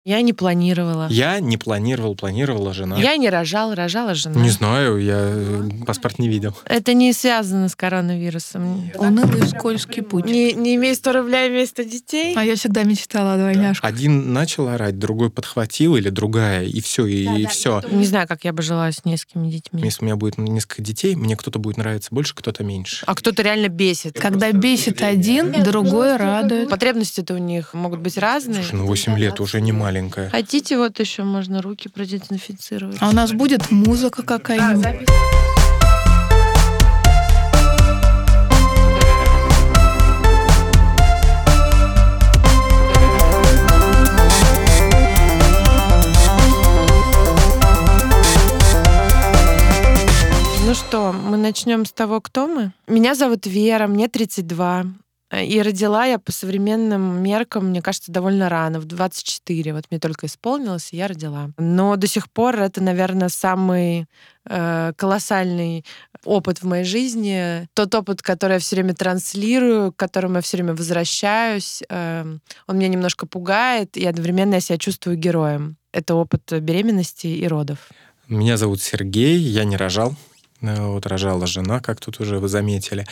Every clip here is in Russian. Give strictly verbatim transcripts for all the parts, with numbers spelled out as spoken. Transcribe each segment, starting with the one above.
Я не планировала. Я не планировал, планировала жена. Я не рожал, рожала жена. Не знаю, я паспорт не видел. Это не связано с коронавирусом. Унылый скользкий путь. Не, не имей сто рублей вместо детей. А я всегда мечтала о двойняшках. Один начал орать, другой подхватил, или другая, и все, и, да, и да, все. Не знаю, как я бы жила с несколькими детьми. Если у меня будет несколько детей, мне кто-то будет нравиться больше, кто-то меньше. А кто-то реально бесит. Когда бесит один, другой радует. Потребности-то у них могут быть разные. Слушай, ну восемь лет уже не маленькая. Хотите, вот еще можно руки продезинфицировать. А у нас будет музыка какая-нибудь. А, запись. Ну что, мы начнем с того, кто мы. Меня зовут Вера, мне тридцать два. И родила я по современным меркам, мне кажется, довольно рано, в двадцать четыре. Вот мне только исполнилось, и я родила. Но до сих пор это, наверное, самый э, колоссальный опыт в моей жизни. Тот опыт, который я все время транслирую, к которому я все время возвращаюсь. Э, он меня немножко пугает, и одновременно я себя чувствую героем. Это опыт беременности и родов. Меня зовут Сергей, я не рожал. Вот рожала жена, как тут уже вы заметили.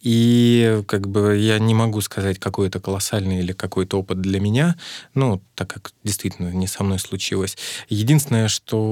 И как бы я не могу сказать, какой это колоссальный или какой-то опыт для меня, ну, так как действительно не со мной случилось. Единственное,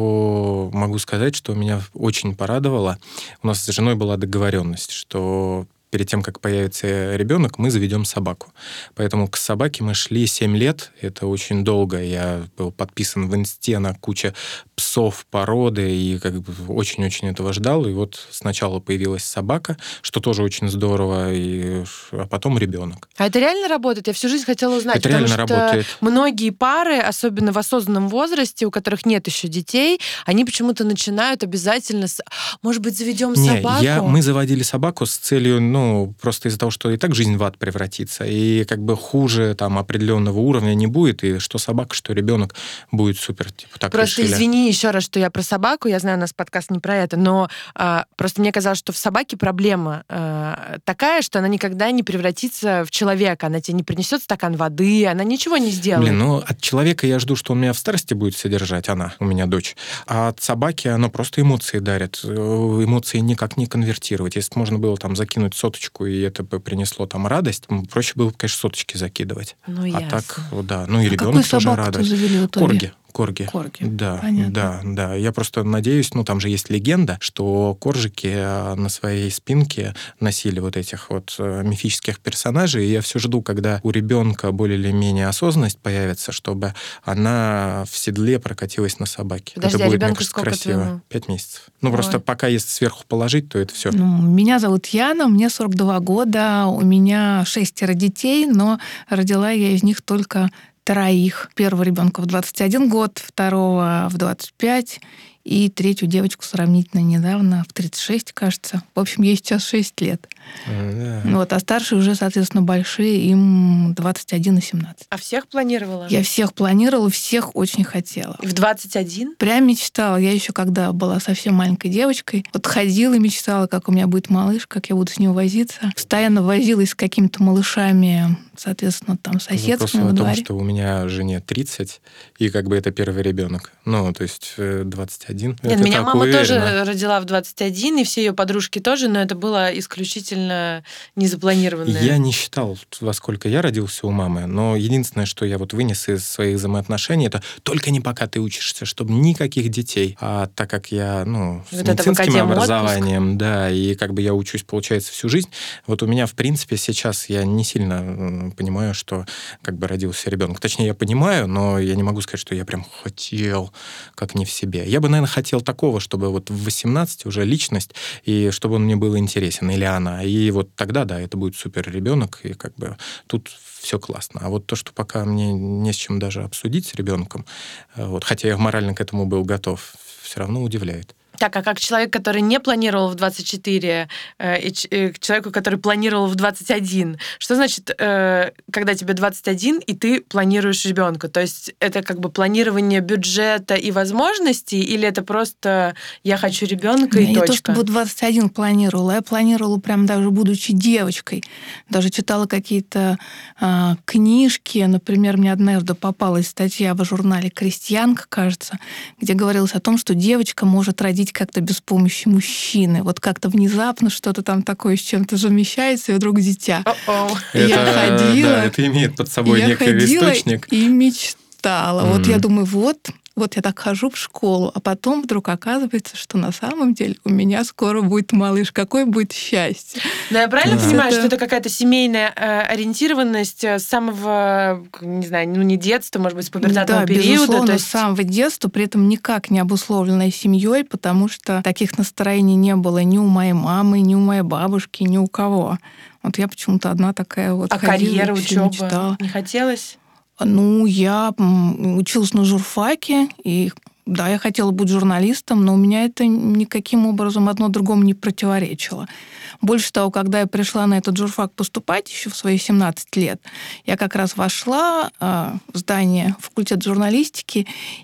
что могу сказать, что меня очень порадовало, у нас с женой была договоренность, что перед тем, как появится ребенок, мы заведем собаку. Поэтому к собаке мы шли семь лет. Это очень долго. Я был подписан в инсте на кучу псов, породы, и как бы очень-очень этого ждал. И вот сначала появилась собака, что тоже очень здорово, и... а потом ребенок. А это реально работает? Я всю жизнь хотела узнать, это потому реально что работает. Многие пары, особенно в осознанном возрасте, у которых нет еще детей, они почему-то начинают обязательно с... Может быть, заведем Не, собаку? Я, мы заводили собаку с целью, ну, просто из-за того, что и так жизнь в ад превратится, и как бы хуже там определенного уровня не будет, и что собака, что ребенок будет супер. Типа, так просто решили. Извини еще раз, что я про собаку, я знаю, у нас подкаст не про это, но а, просто мне казалось, что в собаке проблема а, такая, что она никогда не превратится в человека, она тебе не принесет стакан воды, она ничего не сделает. Блин, ну от человека я жду, что он меня в старости будет содержать, она, у меня дочь, а от собаки она просто эмоции дарит, эмоции никак не конвертировать. Если бы можно было там закинуть соточку, и это бы принесло там радость, проще было бы, конечно, соточки закидывать. Ну, а ясно. так, да, ну и а ребенок тоже радует. Завели в итоге? Корги. Корги. Корги. Да, Понятно. да, да. Я просто надеюсь, ну там же есть легенда, что коржики на своей спинке носили вот этих вот мифических персонажей, и я все жду, когда у ребенка более или менее осознанность появится, чтобы она в седле прокатилась на собаке. Подожди, это а будет, мне ребенку кажется, сколько красиво. твоему? Пять месяцев. Ну Ой. просто пока если сверху положить, то это все. Ну, меня зовут Яна, мне сорок два года, у меня шестеро детей, но родила я из них только троих. Первого ребенка в двадцать один год, второго в двадцать пять, и третью девочку сравнительно недавно, в тридцать шесть, кажется. В общем, ей сейчас шесть лет. Да. Вот, а старшие уже, соответственно, большие, им двадцать один и семнадцать. А всех планировала? Я всех планировала, всех очень хотела. В двадцать один? Прям мечтала. Я еще когда была совсем маленькой девочкой, вот ходила и мечтала, как у меня будет малыш, как я буду с ним возиться. Постоянно возилась с какими-то малышами, соответственно, там соседскими во в том, дворе. что у меня жене тридцать, и как бы это первый ребенок. Ну, то есть двадцать один. Нет, это меня мама уверенно. тоже родила в двадцать один, и все ее подружки тоже, но это было исключительно незапланированное. Я не считал, во сколько я родился у мамы, но единственное, что я вот вынес из своих взаимоотношений, это только не пока ты учишься, чтобы никаких детей. А так как я, ну, с вот медицинским образованием, отпуск. да, и как бы я учусь, получается, всю жизнь, вот у меня, в принципе, сейчас я не сильно понимаю, что как бы родился ребенок. Точнее, я понимаю, но я не могу сказать, что я прям хотел, как не в себе. Я бы, наверное, хотел такого, чтобы вот в восемнадцать уже личность, и чтобы он мне был интересен, или она. И вот тогда, да, это будет супер ребенок, и как бы тут все классно. А вот то, что пока мне не с чем даже обсудить с ребенком, вот, хотя я морально к этому был готов, все равно удивляет. Так, а как человек, который не планировал в двадцать четыре, э, и ч- э, к человеку, который планировал в двадцать один, что значит, э, когда тебе двадцать один, и ты планируешь ребенка? То есть это как бы планирование бюджета и возможностей, или это просто я хочу ребенка и Я не то, точка? чтобы двадцать один планировала, я планировала прям даже будучи девочкой. Даже читала какие-то а, книжки. Например, мне однажды попалась статья в журнале «Крестьянка», кажется, где говорилось о том, что девочка может родить как-то без помощи мужчины. Вот как-то внезапно что-то там такое с чем-то замещается, и вдруг дитя. О-о. Я Это, ходила, да, это имеет под собой я некий ходила источник. и мечтала. Мгм. Вот я думаю, вот, вот я так хожу в школу, а потом вдруг оказывается, что на самом деле у меня скоро будет малыш. Какое будет счастье. Но я правильно Да. понимаю, Это- что это какая-то семейная э, ориентированность э, с самого, не знаю, ну не детства, может быть, с пубертатного Да, периода? безусловно, то есть... с самого детства, при этом никак не обусловленной семьей, потому что таких настроений не было ни у моей мамы, ни у моей бабушки, ни у кого. Вот я почему-то одна такая вот А ходила и карьера, всё учеба мечтала. не хотелось? Ну, я м, училась на журфаке, и да, я хотела быть журналистом, но у меня это никаким образом одно другому не противоречило. Больше того, когда я пришла на этот журфак поступать еще в свои семнадцать лет, я как раз вошла э, в здание факультета журналистики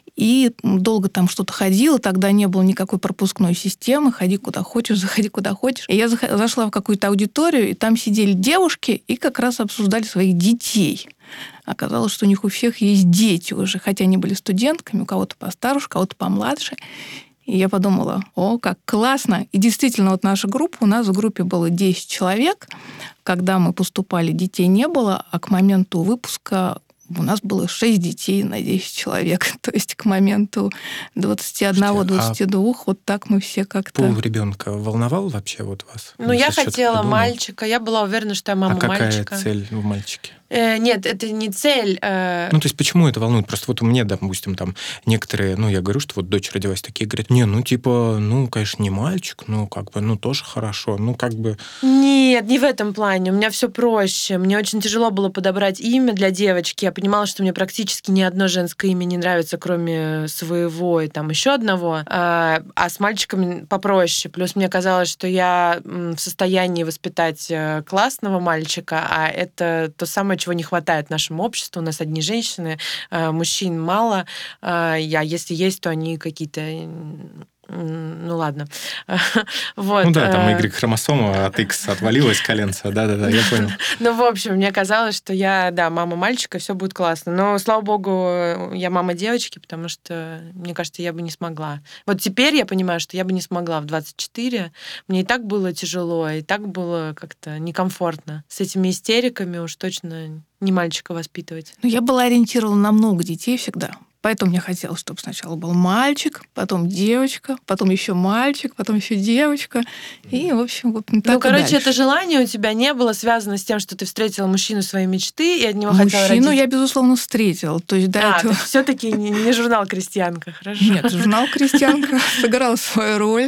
и долго там что-то ходила, тогда не было никакой пропускной системы, ходи куда хочешь, заходи куда хочешь. И я зах- зашла в какую-то аудиторию, и там сидели девушки и как раз обсуждали своих детей. Оказалось, что у них у всех есть дети уже, хотя они были студентками, у кого-то постарше, у кого-то помладше. И я подумала, о, как классно. И действительно, вот наша группа, у нас в группе было десять человек. Когда мы поступали, детей не было, а к моменту выпуска у нас было шесть детей на десять человек. То есть к моменту двадцати одного двадцати двух вот так мы все как-то... Пол ребенка волновал вообще вот вас? Ну, Или я сейчас что-то хотела придумал? мальчика, я была уверена, что я мама А какая мальчика. цель в мальчике? Э, нет, это не цель. э, Ну, то есть, почему это волнует? Просто вот у меня, допустим, там некоторые, ну, я говорю, что вот дочь родилась, такие говорят, не, ну, типа, ну, конечно, не мальчик, ну, как бы, ну, тоже хорошо, ну, как бы... Нет, не в этом плане. У меня все проще. Мне очень тяжело было подобрать имя для девочки. Я понимала, что мне практически ни одно женское имя не нравится, кроме своего и там еще одного. А, а с мальчиком попроще. Плюс мне казалось, что я м, в состоянии воспитать э, классного мальчика, а это то самое, чего не хватает нашему обществу. У нас одни женщины, э, мужчин мало. А я, если есть, то они какие-то... м, Ну ладно. Вот. Ну да, там э, Y-хромосома от X отвалилась коленца, да-да-да, я понял. Ну, в общем, мне казалось, что я, да, мама мальчика, все будет классно. Но, слава богу, я мама девочки, потому что, мне кажется, я бы не смогла. Вот теперь я понимаю, что я бы не смогла в двадцать четыре. Мне и так было тяжело, и так было как-то некомфортно. С этими истериками уж точно не мальчика воспитывать. Ну, я была ориентирована на много детей всегда. Поэтому мне хотелось, чтобы сначала был мальчик, потом девочка, потом еще мальчик, потом еще девочка. И, в общем, вот так Ну, и короче, дальше. это желание у тебя не было связано с тем, что ты встретила мужчину своей мечты и от него хотела Мужчину родить. я, безусловно, встретила. То есть до А, этого... все-таки не, не журнал «Крестьянка», хорошо. Нет, журнал «Крестьянка» сыграл свою роль.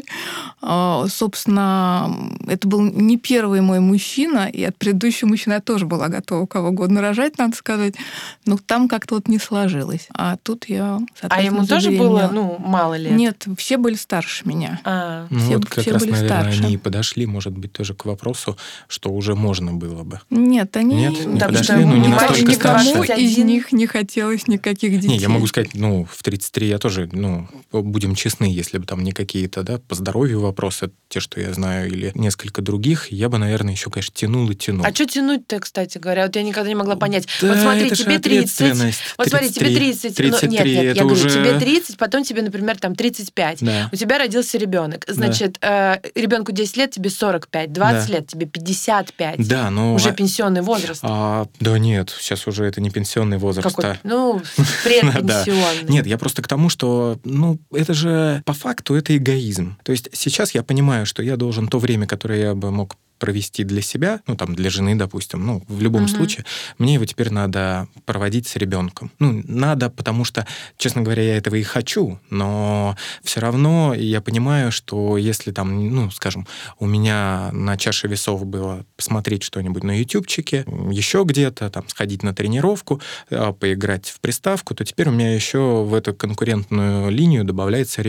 А, Собственно, это был не первый мой мужчина, и от предыдущего мужчины я тоже была готова кого угодно рожать, надо сказать. Но там как-то вот не сложилось. А тут я, А ему соответственно, тоже было, забеременела. ну, мало лет? Нет, все были старше меня. А, Ну Все- вот как все раз, были наверное, старше. они и подошли, может быть, тоже к вопросу, что уже можно было бы. Нет, они... Нет, не Да, подошли, потому ну, что не ни настолько мальчик, ни старше. Никому двадцать из один. них не хотелось никаких детей. Не, я могу сказать, ну, в тридцать три я тоже, ну, будем честны, если бы там не какие-то, да, по здоровью вопросы, те, что я знаю, или несколько других, я бы, наверное, еще, конечно, тянул и тянул. а что тянуть-то, кстати говоря? Вот я никогда не могла понять. Да, вот смотри, это же тебе тридцать. ответственность. Вот смотри, тебе тридцать. тридцать ну, нет, три, нет, это я говорю, уже... тебе тридцать, потом тебе, например, там тридцать пять. Да. У тебя родился ребенок. Значит, э, ребенку десять лет, тебе сорок пять. двадцать Да. лет, тебе пятьдесят пять. Да, но... Уже пенсионный возраст. А, да нет, сейчас уже это не пенсионный возраст. Какой? а- Ну, Да. предпенсионный. Нет, я просто к тому, что, ну, это же по факту это эгоизм. То есть сейчас я понимаю, что я должен то время, которое я бы мог провести для себя, ну, там, для жены, допустим, ну, в любом Мгм. случае, мне его теперь надо проводить с ребенком. Ну, надо, потому что, честно говоря, я этого и хочу, но все равно я понимаю, что если там, ну, скажем, у меня на чаше весов было посмотреть что-нибудь на ютубчике, еще где-то, там, сходить на тренировку, а, поиграть в приставку, то теперь у меня еще в эту конкурентную линию добавляется ребенок.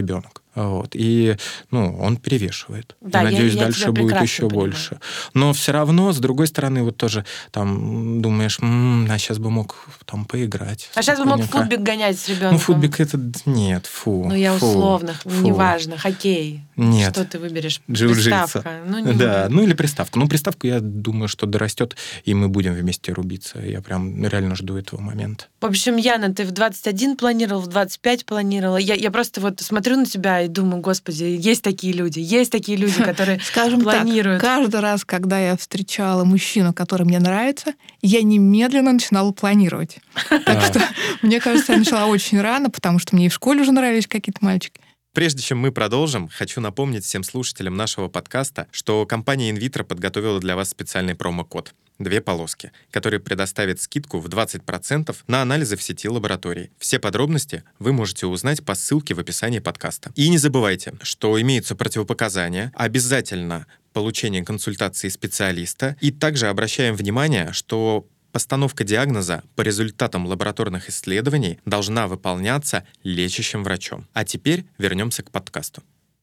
Вот. И, ну, он перевешивает. Да, и, надеюсь, я, я дальше будет еще понимаю. больше. Но все равно, с другой стороны, вот тоже там думаешь, м-м, а сейчас бы мог там поиграть. А сейчас бы мог футбик гонять с ребенком. Ну, футбик это... Нет, фу. Ну, я фу, условно, фу. неважно, хоккей. Нет. Что ты выберешь? Джиу-джитсу. Приставка. Ну, не да, буду. ну или приставку. Ну, приставку, я думаю, что дорастет, и мы будем вместе рубиться. Я прям реально жду этого момента. В общем, Яна, ты в двадцать один планировал, в двадцать пять планировала. Я, я просто вот смотрю на тебя и думаю, господи, есть такие люди, есть такие люди, которые Скажем планируют. Так, каждый раз, когда я встречала мужчину, который мне нравится, я немедленно начинала планировать. Так что, мне кажется, я начала очень рано, потому что мне и в школе уже нравились какие-то мальчики. Прежде чем мы продолжим, хочу напомнить всем слушателям нашего подкаста, что компания InVitro подготовила для вас специальный промокод «Две полоски», который предоставит скидку в двадцать процентов на анализы в сети лабораторий. Все подробности вы можете узнать по ссылке в описании подкаста. И не забывайте, что имеются противопоказания, обязательно получение консультации специалиста, и также обращаем внимание, что постановка диагноза по результатам лабораторных исследований должна выполняться лечащим врачом. А теперь вернемся к подкасту.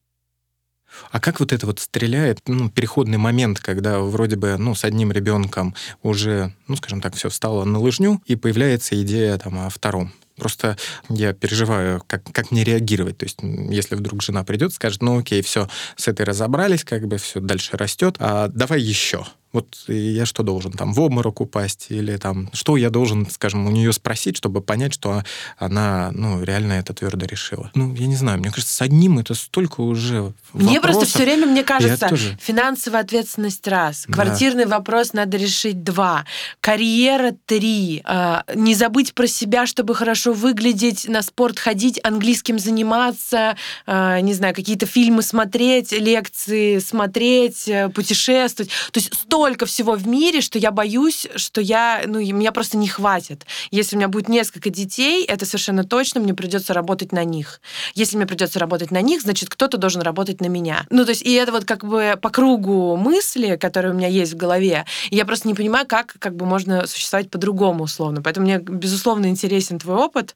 А как вот это вот стреляет, ну, переходный момент, когда вроде бы, ну, с одним ребенком уже, ну, скажем так, все встало на лыжню, и появляется идея там о втором? Просто я переживаю, как, как мне реагировать. То есть, если вдруг жена придет, скажет, ну окей, все, с этой разобрались, как бы все дальше растет, а давай еще. Вот я что должен, там, в обморок упасть? Или там, что я должен, скажем, у нее спросить, чтобы понять, что она, ну, реально это твердо решила? Ну, я не знаю, мне кажется, с одним это столько уже Мне вопросов. просто все время, мне кажется, тоже... финансовая ответственность раз, квартирный да. вопрос надо решить два, карьера три, э, не забыть про себя, чтобы хорошо выглядеть, на спорт ходить, английским заниматься, э, не знаю, какие-то фильмы смотреть, лекции смотреть, э, путешествовать. То есть столько всего в мире, что я боюсь, что я, ну, меня просто не хватит. Если у меня будет несколько детей, это совершенно точно, мне придется работать на них. Если мне придется работать на них, значит, кто-то должен работать на меня. Ну, то есть, и это вот как бы по кругу мысли, которые у меня есть в голове, и я просто не понимаю, как, как бы можно существовать по-другому условно. Поэтому мне, безусловно, интересен твой опыт,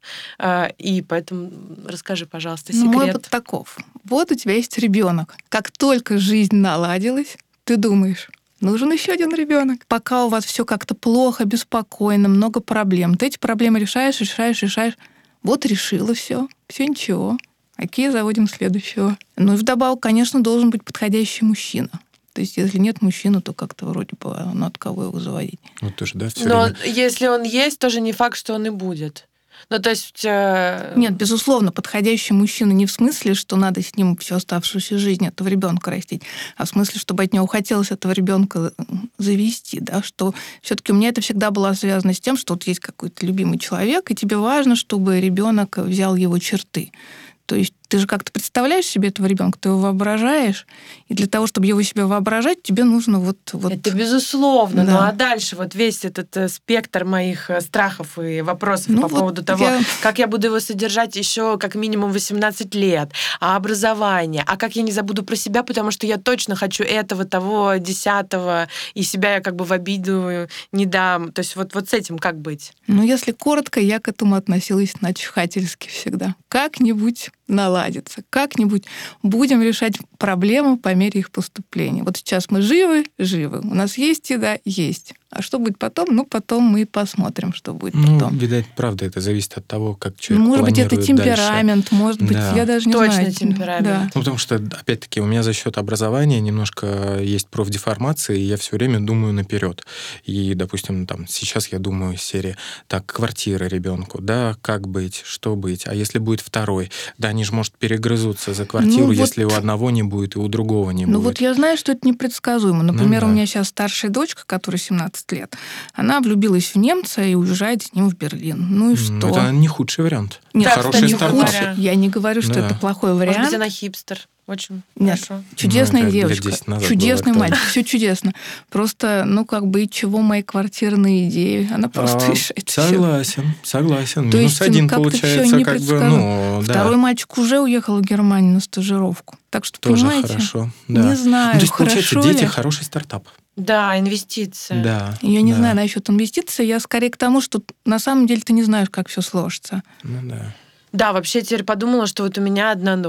и поэтому расскажи, пожалуйста, секрет. Мой опыт таков. Вот у тебя есть ребенок. Как только жизнь наладилась, ты думаешь, нужен еще один ребенок. Пока у вас все как-то плохо, беспокойно, много проблем, ты эти проблемы решаешь, решаешь, решаешь. Вот решила все, все ничего. Окей, заводим следующего. Ну и вдобавок, конечно, должен быть подходящий мужчина. То есть, если нет мужчины, то как-то вроде бы, ну от кого его заводить? Вот тоже, да, все Но время... если он есть, тоже не факт, что он и будет. Ну, то есть... Э... Нет, безусловно, подходящий мужчина не в смысле, что надо с ним всю оставшуюся жизнь этого ребенка растить, а в смысле, чтобы от него хотелось этого ребенка завести, да, что все-таки у меня это всегда было связано с тем, что вот есть какой-то любимый человек, и тебе важно, чтобы ребенок взял его черты. То есть ты же как-то представляешь себе этого ребенка, ты его воображаешь, и для того, чтобы его себе воображать, тебе нужно вот... вот... Это безусловно. Да. Ну а дальше вот весь этот э, спектр моих э, страхов и вопросов ну, по вот поводу того, я... как я буду его содержать еще как минимум восемнадцать лет, а образование, а как я не забуду про себя, потому что я точно хочу этого, того, десятого, и себя я как бы в обиду не дам. То есть вот, вот с этим как быть? Ну, если коротко, я к этому относилась начхательски всегда. Как-нибудь наладится. Как-нибудь будем решать проблемы по мере их поступления. Вот сейчас мы живы, живы. У нас есть еда, есть. А что будет потом? Ну, потом мы посмотрим, что будет ну, потом. Видать, правда, это зависит от того, как человек Может быть, это темперамент, дальше. может быть, да. я даже не Точно знаю. Точно темперамент. Да. Ну, потому что, опять-таки, у меня за счет образования немножко есть профдеформация, и я все время думаю наперед. И, допустим, там, сейчас я думаю из серии, так, квартира ребенку, да, как быть, что быть, а если будет второй? Да, они же, может, перегрызутся за квартиру, ну, если вот... у одного не будет, и у другого не ну, будет. Ну, вот я знаю, что это непредсказуемо. Например, ну, да. у меня сейчас старшая дочка, которой семнадцать лет, она влюбилась в немца и уезжает с ним в Берлин. Ну и что? Это не худший вариант. Нет, да, хороший кстати, стартап. говоря. Я не говорю, что да. это плохой вариант. Может быть, она хипстер. Очень Нет, хорошо. чудесная ну, девочка, чудесный было, мальчик, все чудесно. Просто, ну, как бы, и чего мои квартирные идеи? Она просто а, решает. Согласен, всё. согласен. То Минус есть, один как-то получается, как бы, ну, Второй да. мальчик уже уехал в Германию на стажировку. Так что, тоже понимаете, хорошо. Да. Не знаю, ну, то есть, получается, хорошо дети ли? хороший стартап. Да, инвестиция. Да. Я не да. знаю насчет инвестиций. Я скорее к тому, что на самом деле ты не знаешь, как все сложится. Ну да. Да, вообще я теперь подумала, что вот у меня одна дочь.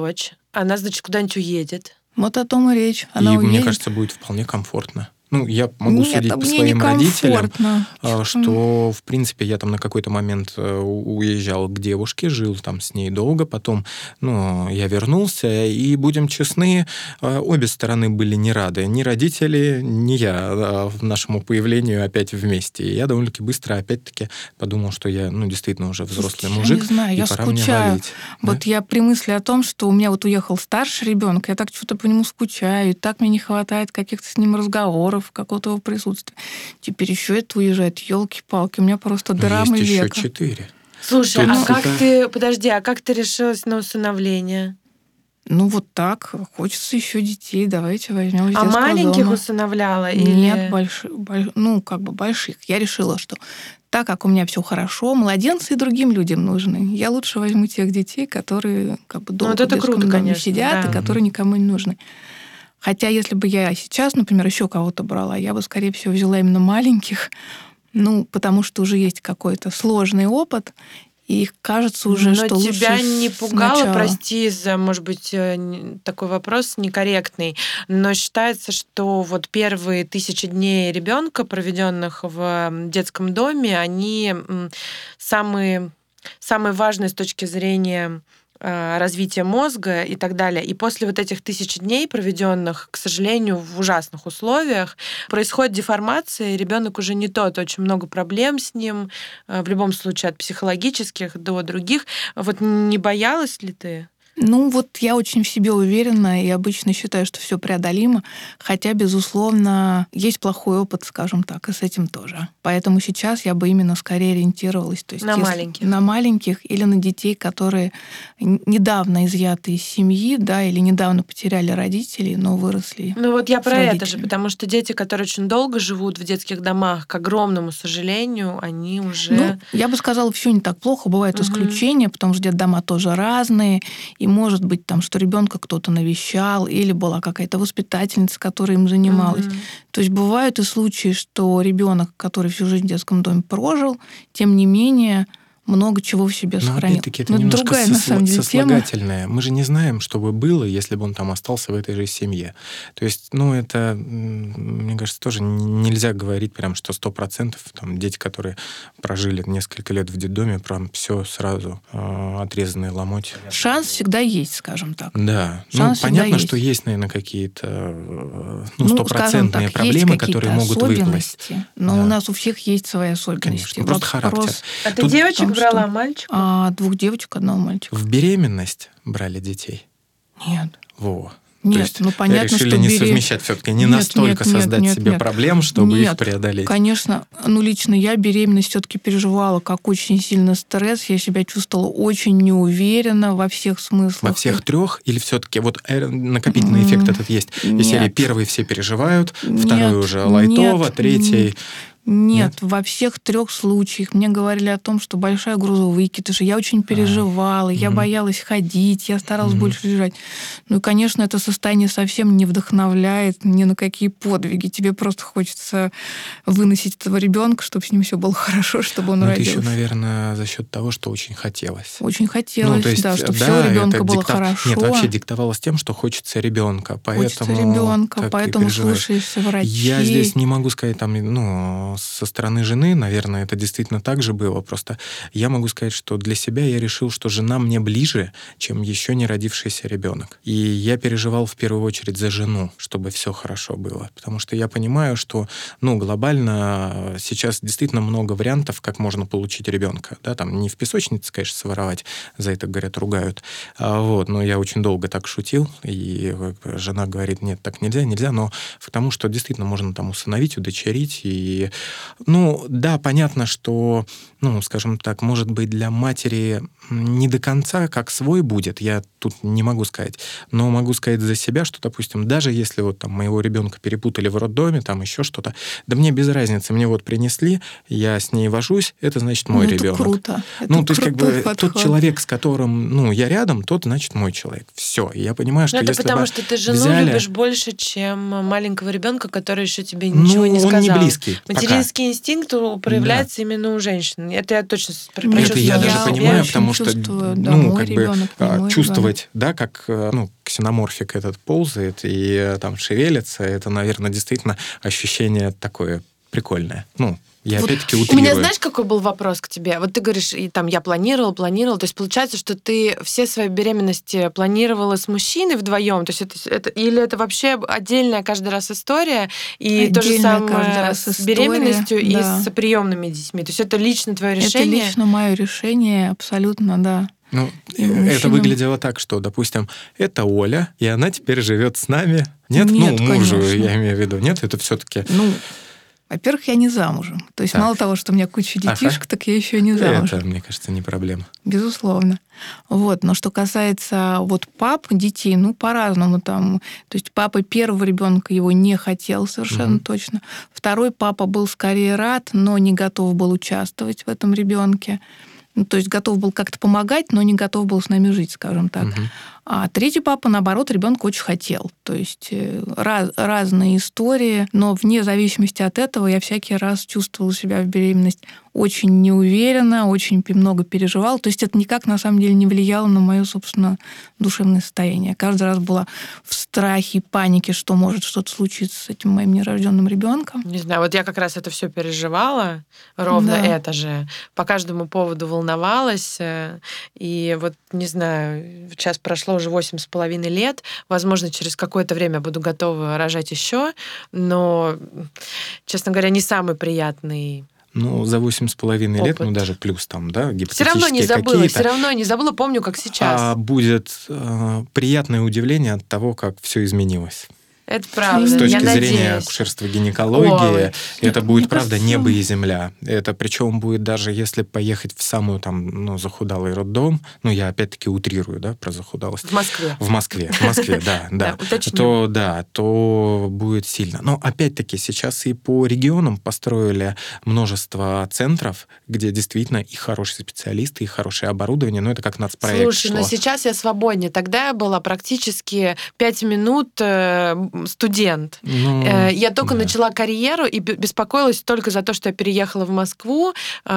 Она, значит, куда-нибудь уедет. Вот о том и речь. Она и уедет. мне кажется, будет вполне комфортно. Ну, я могу Нет, судить а по мне своим родителям, некомфортно. что, в принципе, я там на какой-то момент уезжал к девушке, жил там с ней долго, потом, ну, я вернулся, и, будем честны, обе стороны были не рады. Ни родители, ни я нашему появлению опять вместе. И я довольно-таки быстро, опять-таки, подумал, что я, ну, действительно уже взрослый я мужик, не знаю, и я пора мне скучаю. валить. Вот Да? я при мысли о том, что у меня вот уехал старший ребенок, я так что-то по нему скучаю, и так мне не хватает каких-то с ним разговоров, какого-то его присутствия. Теперь еще это уезжает, елки-палки, у меня просто Но драмы есть еще века. четыре. Слушай, Тут а как это- ты... Подожди, а как ты решилась на усыновление? Ну вот так, хочется еще детей, давайте возьмем из А детского маленьких дома. усыновляла? Или... Нет, больших, ну как бы больших. Я решила, что так как у меня все хорошо, младенцы и другим людям нужны. Я лучше возьму тех детей, которые как бы долго вот это в детском круто, доме конечно, сидят, да. и которые никому не нужны. Хотя, если бы я сейчас, например, еще кого-то брала, я бы, скорее всего, взяла именно маленьких, ну, потому что уже есть какой-то сложный опыт, и кажется уже, Но что лучше тебя не пугало, сначала. прости за, может быть, э, не- такой вопрос некорректный, но считается, что вот первые тысячи дней ребенка, проведенных в детском доме, они м, самые, самые важные с точки зрения э, развития мозга и так далее. И после вот этих тысячи дней, проведенных, к сожалению, в ужасных условиях, происходит деформация, и ребенок уже не тот, очень много проблем с ним, э, в любом случае от психологических до других. Вот не боялась ли ты? Ну, вот я очень в себе уверена и обычно считаю, что все преодолимо, хотя, безусловно, есть плохой опыт, скажем так, и с этим тоже. Поэтому сейчас я бы именно скорее ориентировалась. То есть На если- маленьких. На маленьких или на детей, которые н- недавно изъяты из семьи, да, или недавно потеряли родителей, но выросли. Ну вот я с про это же, родителями. потому что дети, которые очень долго живут в детских домах, к огромному сожалению, они уже... Ну, я бы сказала, все не так плохо, бывают Мгм. исключения, потому что детдома тоже разные, и может быть там, что ребенка кто-то навещал, или была какая-то воспитательница, которая им занималась. Мгм. То есть бывают и случаи, что ребенок, который всю жизнь в детском доме прожил, тем не менее много чего в себе Но сохранил. опять-таки это Но немножко другая, на сосла- самом деле, тема. сослагательное. Мы же не знаем, что бы было, если бы он там остался в этой же семье. То есть, ну, это, м, мне кажется, тоже н- нельзя говорить прям, что сто процентов там дети, которые прожили несколько лет в детдоме, прям все сразу э, отрезанные ломоть. Шанс всегда есть, скажем так. Да. Шанс Ну, всегда понятно, есть. что есть, наверное, какие-то э, ну, скажем стопроцентные так, проблемы, есть которые какие-то могут выплыть. особенности, но Да. у нас у всех есть свои особенности. Конечно, просто характер. А ты Тут- девочек Потому брала, что- мальчиков? А двух девочек, одного мальчика. В беременность брали детей. Нет. Во. Нет, То есть ну понятно, решили что не берем- совмещать все-таки, не Нет, настолько нет, нет, создать нет, себе нет. проблем, чтобы Нет, их преодолеть. Конечно, ну лично я беременность все-таки переживала как очень сильный стресс. Я себя чувствовала очень неуверенно во всех смыслах. Во всех трех или все-таки вот э, накопительный М, эффект этот есть? Из серии нет. первый все переживают, Нет, второй уже лайтово, нет, третий... Нет, во всех трех случаях мне говорили о том, что большая груза выкидыша. Я очень переживала, я Мгм. боялась ходить, я старалась Мгм. больше лежать. Ну и, конечно, это состояние совсем не вдохновляет ни на какие подвиги. Тебе просто хочется выносить этого ребенка, чтобы с ним все было хорошо, чтобы он Ну, это родился. еще, наверное, за счет того, что очень хотелось. Очень хотелось, Ну, то есть, да, чтобы да, все у ребенка это было дикта- хорошо. Нет, вообще диктовалось тем, что хочется ребенка, Хочется поэтому ребенка, так и поэтому переживаешь. слушаешься врачей. Я здесь не могу сказать, там, ну, со стороны жены, наверное, это действительно так же было. Просто я могу сказать, что для себя я решил, что жена мне ближе, чем еще не родившийся ребенок. И я переживал в первую очередь за жену, чтобы все хорошо было. Потому что я понимаю, что, ну, глобально сейчас действительно много вариантов, как можно получить ребенка. Да, там не в песочнице, конечно, своровать, за это, говорят, ругают. А вот, но я очень долго так шутил, и жена говорит, нет, так нельзя, нельзя, но к тому, что действительно можно там усыновить, удочерить. И, ну, да, понятно, что, ну, скажем так, может быть, для матери не до конца как свой будет, я тут не могу сказать, но могу сказать за себя, что, допустим, даже если вот там моего ребенка перепутали в роддоме, там еще что-то, да мне без разницы, мне вот принесли, я с ней вожусь, это значит мой Ну, это ребенок. круто. Это Ну, то есть, как крутой бы, подход. тот человек, с которым, ну, я рядом, тот, значит, мой человек. Все. И я понимаю, что Ну, это если потому бы что ты жену взяли- любишь больше, чем маленького ребенка, который еще тебе Ну, ничего не он сказал. не близкий. Пока материнский инстинкт проявляется да. именно у женщин. Это я точно почувствовала. Это я даже понимаю, потому что да, ну, как ребенок, бы чувствовать, ребенок. Да, как ну, ксеноморфик этот ползает и там шевелится, это, наверное, действительно ощущение такое прикольное. Ну, я вот опять-таки утрирую. У меня, знаешь, какой был вопрос к тебе? Вот ты говоришь, и, там, я планировала, планировала. То есть получается, что ты все свои беременности планировала с мужчиной вдвоем? То есть это, это, или это вообще отдельная каждый раз история? И отдельная то же самое с история, беременностью да. и с приемными детьми? То есть это лично твое решение? Это лично мое решение, абсолютно, да. Ну, мужчинам... это выглядело так, что, допустим, это Оля, и она теперь живет с нами. Нет, Нет ну, мужу, конечно. Я имею в виду. Нет, это все-таки. Ну, во-первых, я не замужем. То есть так. Мало того, что у меня куча детишек, ага. так я еще не замужем. Это, мне кажется, не проблема. Безусловно. Вот. Но что касается вот пап детей, ну, по-разному там. То есть папа первого ребенка его не хотел совершенно угу. точно. Второй папа был скорее рад, но не готов был участвовать в этом ребенке. Ну, то есть готов был как-то помогать, но не готов был с нами жить, скажем так. Угу. А третий папа, наоборот, ребенка очень хотел. То есть раз, разные истории, но вне зависимости от этого я всякий раз чувствовала себя в беременность очень неуверенно, очень много переживала. То есть это никак, на самом деле, не влияло на мое, собственно, душевное состояние. Каждый раз была в страхе и панике, что может что-то случиться с этим моим нерожденным ребенком. Не знаю, вот я как раз это все переживала, ровно да. это же. По каждому поводу волновалась. И вот, не знаю, сейчас прошло уже восемь с половиной лет. Возможно, через какое-то время буду готова рожать еще, но, честно говоря, не самый приятный. Ну, за восемь с половиной лет, ну, даже плюс там, да, гипотетические все равно не забыла, какие-то. Все равно не забыла, помню, как сейчас. А будет э, приятное удивление от того, как все изменилось. Это правда. С точки я зрения надеюсь. акушерства, гинекологии, Ой, это будет, правда, кажется... небо и земля. Это причем будет даже если поехать в самую там, ну, захудалый роддом, ну, я опять-таки утрирую, да, про захудалость. В Москве. В Москве, в Москве, да, да. То, да, то будет сильно. Но опять-таки сейчас и по регионам построили множество центров, где действительно и хорошие специалисты, и хорошее оборудование, но это как нацпроект Слушай, шло. но сейчас я свободнее. Тогда я была практически пять минут студент. Ну, я только да. начала карьеру и беспокоилась только за то, что я переехала в Москву,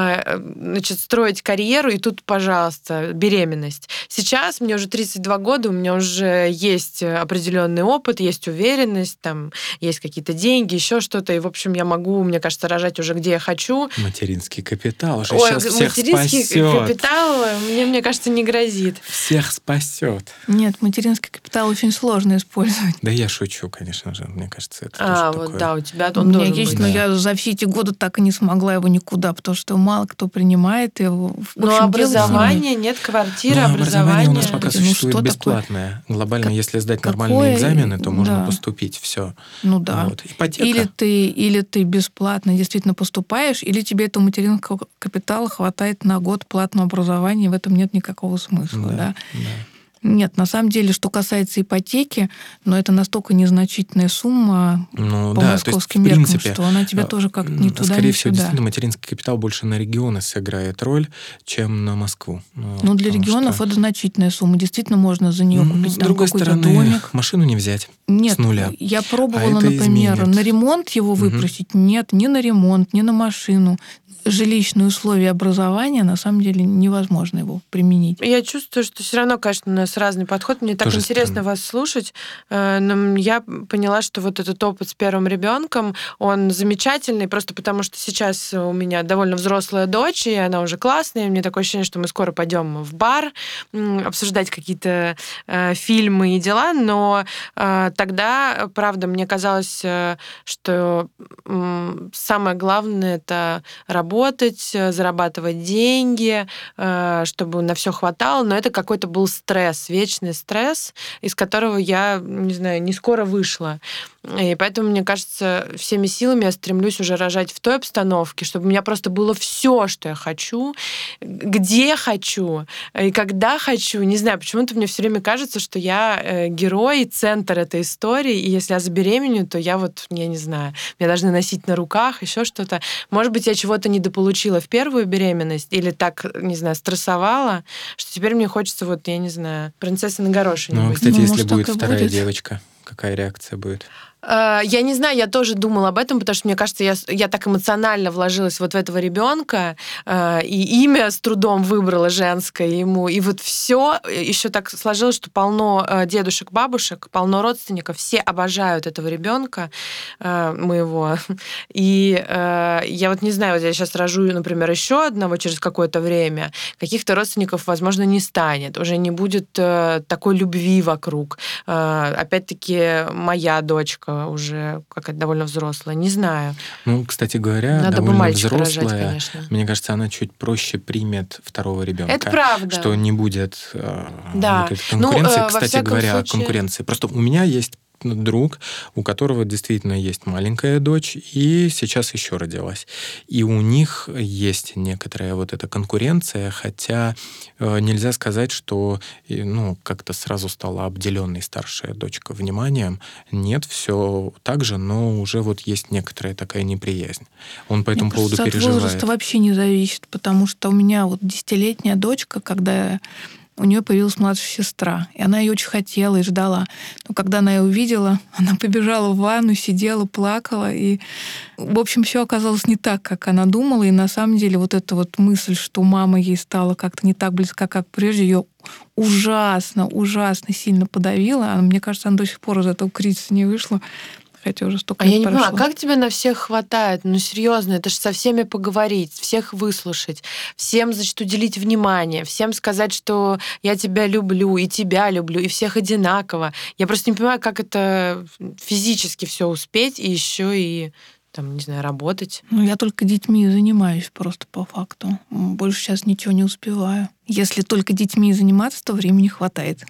значит, строить карьеру, и тут, пожалуйста, беременность. Сейчас мне уже тридцать два года, у меня уже есть определенный опыт, есть уверенность, там есть какие-то деньги, еще что-то, и, в общем, я могу, мне кажется, рожать уже где я хочу. Материнский капитал уже Ой, сейчас всех материнский спасет. капитал мне, мне кажется, не грозит. Всех спасет. Нет, материнский капитал очень сложно использовать. Да я шучу, конечно же, мне кажется, это а, тоже вот такое. да, у тебя он у меня должен есть, быть. но да. я за все эти годы так и не смогла его никуда, потому что мало кто принимает его. В но общем, образование, нет квартиры, ну, образование. образование у нас пока ну, существует что бесплатное. Такое? Глобально, как, если сдать какое... нормальные экзамены, то можно да. поступить, все. Ну да. Вот. Ипотека. Или ты, или ты бесплатно действительно поступаешь, или тебе этого материнского капитала хватает на год платного образования, и в этом нет никакого смысла. Да, да. Да? Нет, на самом деле, что касается ипотеки, но это настолько незначительная сумма ну, по да, московским есть, меркам, принципе, что она тебе тоже как-то ни туда, скорее ни всего, сюда. действительно, материнский капитал больше на регионы сыграет роль, чем на Москву. Ну, ну для регионов что... это значительная сумма. Действительно, можно за нее купить с там другой какой-то стороны, домик. машину не взять. Нет, с нуля. Я пробовала, а например, изменит. на ремонт его выпросить. Угу. Нет, ни на ремонт, ни на машину. Жилищные условия образования, на самом деле, невозможно его применить. Я чувствую, что все равно, конечно, у нас разный подход. Мне так Тоже интересно странно. Вас слушать. Но я поняла, что вот этот опыт с первым ребенком, он замечательный, просто потому что сейчас у меня довольно взрослая дочь, и она уже классная. И мне такое ощущение, что мы скоро пойдем в бар обсуждать какие-то фильмы и дела. Но тогда, правда, мне казалось, что самое главное — это работа, работать, зарабатывать деньги, чтобы на все хватало, но это какой-то был стресс, вечный стресс, из которого я, не знаю, не скоро вышла. И поэтому, мне кажется, всеми силами я стремлюсь уже рожать в той обстановке, чтобы у меня просто было все, что я хочу, где хочу и когда хочу. Не знаю, почему-то мне все время кажется, что я герой, центр этой истории, и если я забеременею, то я вот, я не знаю, меня должны носить на руках, еще что-то. Может быть, я чего-то недополучила в первую беременность или так, не знаю, стрессовала, что теперь мне хочется вот, я не знаю, принцесса на горошине ну, быть. кстати, ну, если может, будет вторая будет. девочка, какая реакция будет? Я не знаю, я тоже думала об этом, потому что, мне кажется, я, я так эмоционально вложилась вот в этого ребенка, и имя с трудом выбрала женское ему, и вот все еще так сложилось, что полно дедушек, бабушек, полно родственников, все обожают этого ребенка моего. И я вот не знаю, вот я сейчас рожу, например, еще одного через какое-то время, каких-то родственников, возможно, не станет, уже не будет такой любви вокруг. Опять-таки, моя дочка уже какая-то довольно взрослая, не знаю. Ну, кстати говоря, Надо довольно бы взрослая, рожать, конечно. Мне кажется, она чуть проще примет второго ребенка. Это правда. Что не будет да. вот этой конкуренции. Ну, кстати говоря, случае... конкуренции. Просто у меня есть друг, у которого действительно есть маленькая дочь, и сейчас еще родилась. И у них есть некоторая вот эта конкуренция, хотя э, нельзя сказать, что ну, как-то сразу стала обделенной старшая дочка вниманием. Нет, все так же, но уже вот есть некоторая такая неприязнь. Он по этому Мне поводу кажется, переживает. От возраста вообще не зависит, потому что у меня вот десятилетняя дочка, когда у нее появилась младшая сестра, и она ее очень хотела и ждала. Но когда она ее увидела, она побежала в ванну, сидела, плакала, и, в общем, все оказалось не так, как она думала, и на самом деле вот эта вот мысль, что мама ей стала как-то не так близка, как прежде, ее ужасно, ужасно сильно подавила. А мне кажется, она до сих пор из этого кризиса не вышла. Хотя уже столько а лет я не прошло. понимаю, как тебе на всех хватает? Ну, серьезно, это же со всеми поговорить, всех выслушать, всем, значит, уделить внимание, всем сказать, что я тебя люблю, и тебя люблю, и всех одинаково. Я просто не понимаю, как это физически все успеть, и еще и там, не знаю, работать. Ну, я только детьми занимаюсь просто по факту. Больше сейчас ничего не успеваю. Если только детьми заниматься, то времени хватает.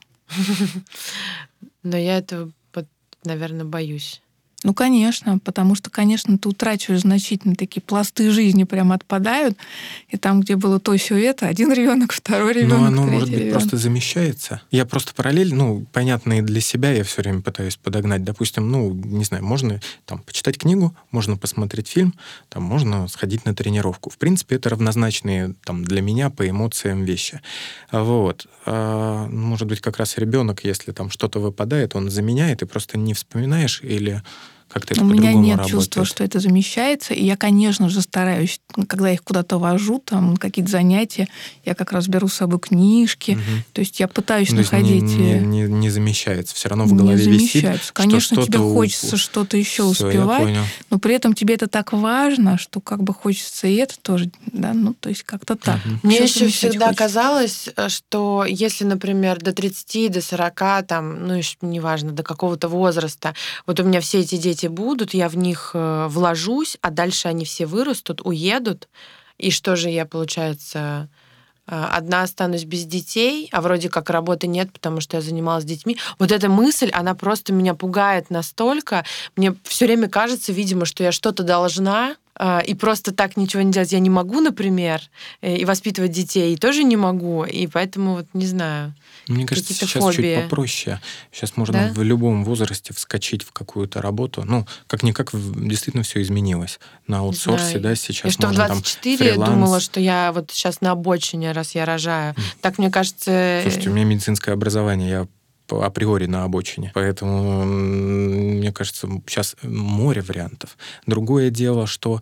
Но я этого, наверное, боюсь. Ну, конечно, потому что, конечно, ты утрачиваешь значительно, такие пласты жизни прям отпадают, и там, где было то, сё, это, один ребенок, второй ребенок, Но оно, третий может быть, ребенок. просто замещается. Я просто параллель, ну, понятно, и для себя я все время пытаюсь подогнать. Допустим, ну, не знаю, можно там почитать книгу, можно посмотреть фильм, там можно сходить на тренировку. В принципе, это равнозначные там для меня по эмоциям вещи. Вот. А, может быть, как раз ребенок, если там что-то выпадает, он заменяет, и просто не вспоминаешь или как-то это У меня по-другому нет работает. чувства, что это замещается, и я, конечно же, стараюсь, когда их куда-то вожу, там какие-то занятия, я как раз беру с собой книжки, Угу. то есть я пытаюсь То есть находить... не, не, не, не замещается, все равно в голове не висит, замещается. Конечно, что тебе что-то хочется у... что-то еще Всё, успевать, я понял. но при этом тебе это так важно, что как бы хочется и это тоже, да, ну, то есть как-то так. Мгм. Мне Всё еще совмещать всегда хочется. казалось, что если, например, до тридцати, до сорока, там, ну, еще неважно, до какого-то возраста, вот у меня все эти дети будут, я в них э, вложусь, а дальше они все вырастут, уедут, и что же я, получается, э, одна останусь без детей, а вроде как работы нет, потому что я занималась детьми. Вот эта мысль, она просто меня пугает настолько. Мне все время кажется, видимо, что я что-то должна, и просто так ничего не делать я не могу, например, и воспитывать детей тоже не могу, и поэтому вот не знаю. Мне кажется, Какие-то сейчас фобии. чуть попроще. Сейчас можно Да? в любом возрасте вскочить в какую-то работу. Ну, как-никак в- действительно все изменилось. На аутсорсе, знаю. да, сейчас Я что, в можно там двадцать четыре фриланс. думала, что я вот сейчас на обочине, раз я рожаю. Так, мне кажется... Слушайте, у меня медицинское образование, я по- априори на обочине. Поэтому, м, мне кажется, сейчас море вариантов. Другое дело, что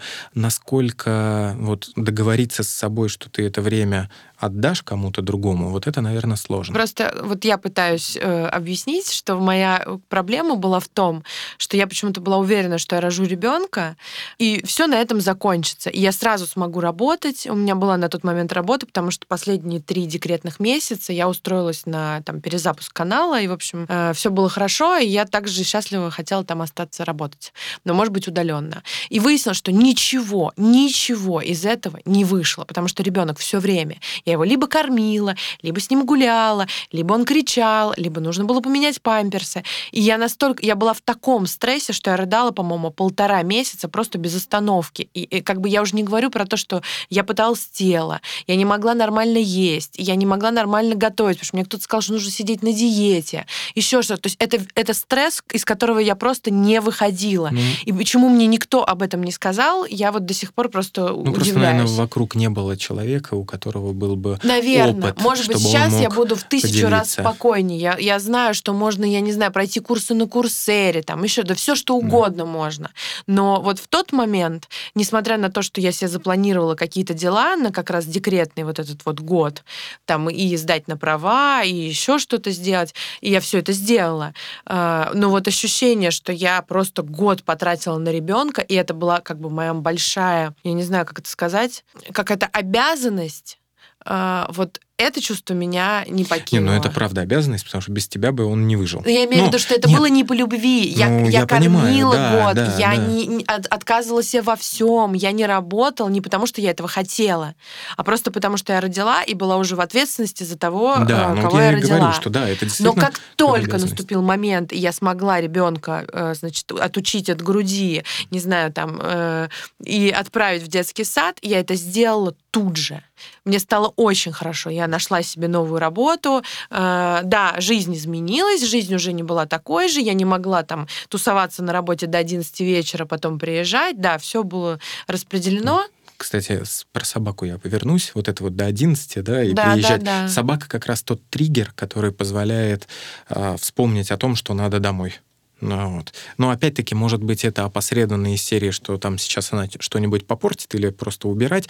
насколько вот договориться с собой, что ты это время отдашь кому-то другому, вот это, наверное, сложно. Просто вот я пытаюсь э, объяснить, что моя проблема была в том, что я почему-то была уверена, что я рожу ребенка, и все на этом закончится. И я сразу смогу работать. У меня была на тот момент работа, потому что последние три декретных месяца я устроилась на там, перезапуск канала, и, в общем, э, все было хорошо, и я также счастливо хотела там остаться работать. Но, может быть, удаленно. И выяснилось, что ничего, ничего из этого не вышло, потому что ребенок все время, я его либо кормила, либо с ним гуляла, либо он кричал, либо нужно было поменять памперсы. И я настолько, я была в таком стрессе, что я рыдала, по-моему, полтора месяца просто без остановки. И, и как бы я уже не говорю про то, что я потолстела, я не могла нормально есть, я не могла нормально готовить, потому что мне кто-то сказал, что нужно сидеть на диете. третье, еще что-то. То есть это, это стресс, из которого я просто не выходила. Ну, И почему мне никто об этом не сказал, я вот до сих пор просто ну, удивляюсь. просто, наверное, вокруг не было человека, у которого был бы Наверное. опыт, Может быть, чтобы он сейчас я мог буду в тысячу раз поделиться. спокойнее. Я, я знаю, что можно, я не знаю, пройти курсы на Курсере, там еще, да все что угодно можно. Но вот в тот момент, несмотря на то, что я себе запланировала какие-то дела на как раз декретный вот этот вот год, там и сдать на права, и еще что-то сделать, и я все это сделала. А, Но вот ощущение, что я просто год потратила на ребенка, и это была как бы моя большая, я не знаю, как это сказать, какая-то обязанность, а, вот это чувство меня не Не, покинуло. ну это правда обязанность, потому что без тебя бы он не выжил. Но я имею Ну, в виду, что это нет, было не по любви. Я, ну, я я кормила понимаю, да, год, да, я да. Не, не- от- отказывала себе во всем, я не работала не потому, что я этого хотела, а просто потому, что я родила и была уже в ответственности за того, Да, э, ну кого вот я я и родила. говорю, что да, это Но действительно как только обязанность. наступил момент, и я смогла ребенка, э, значит, отучить от груди, не знаю, там, э, и отправить в детский сад, я это сделала тут же. Мне стало очень хорошо. Я нашла себе новую работу. Э, Да, жизнь изменилась, жизнь уже не была такой же. Я не могла там тусоваться на работе до одиннадцати вечера, потом приезжать. Да, все было распределено. Кстати, с- про собаку я повернусь. Вот это вот до одиннадцати, да, и Да, да, приезжать. да. Собака как раз тот триггер, который позволяет а, вспомнить о том, что надо домой. Ну, вот. Но опять-таки, может быть, это опосредованно из серии, что там сейчас она что-нибудь попортит или просто убирать,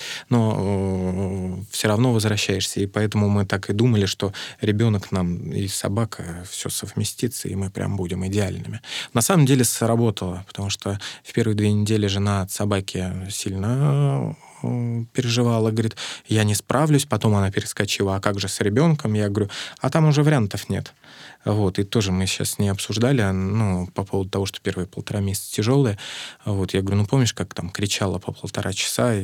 но все равно возвращаешься. И поэтому мы так и думали, что ребенок нам и собака все совместится, и мы прям будем идеальными. На самом деле сработало, потому что в первые две недели жена от собаки сильно э, переживала, говорит, я не справлюсь. Потом она перескочила, а как же с ребенком? Я говорю, а там уже вариантов нет. Вот, и тоже мы сейчас не обсуждали, ну, по поводу того, что первые полтора месяца тяжелые. Вот, я говорю, ну, помнишь, как там кричала по полтора часа,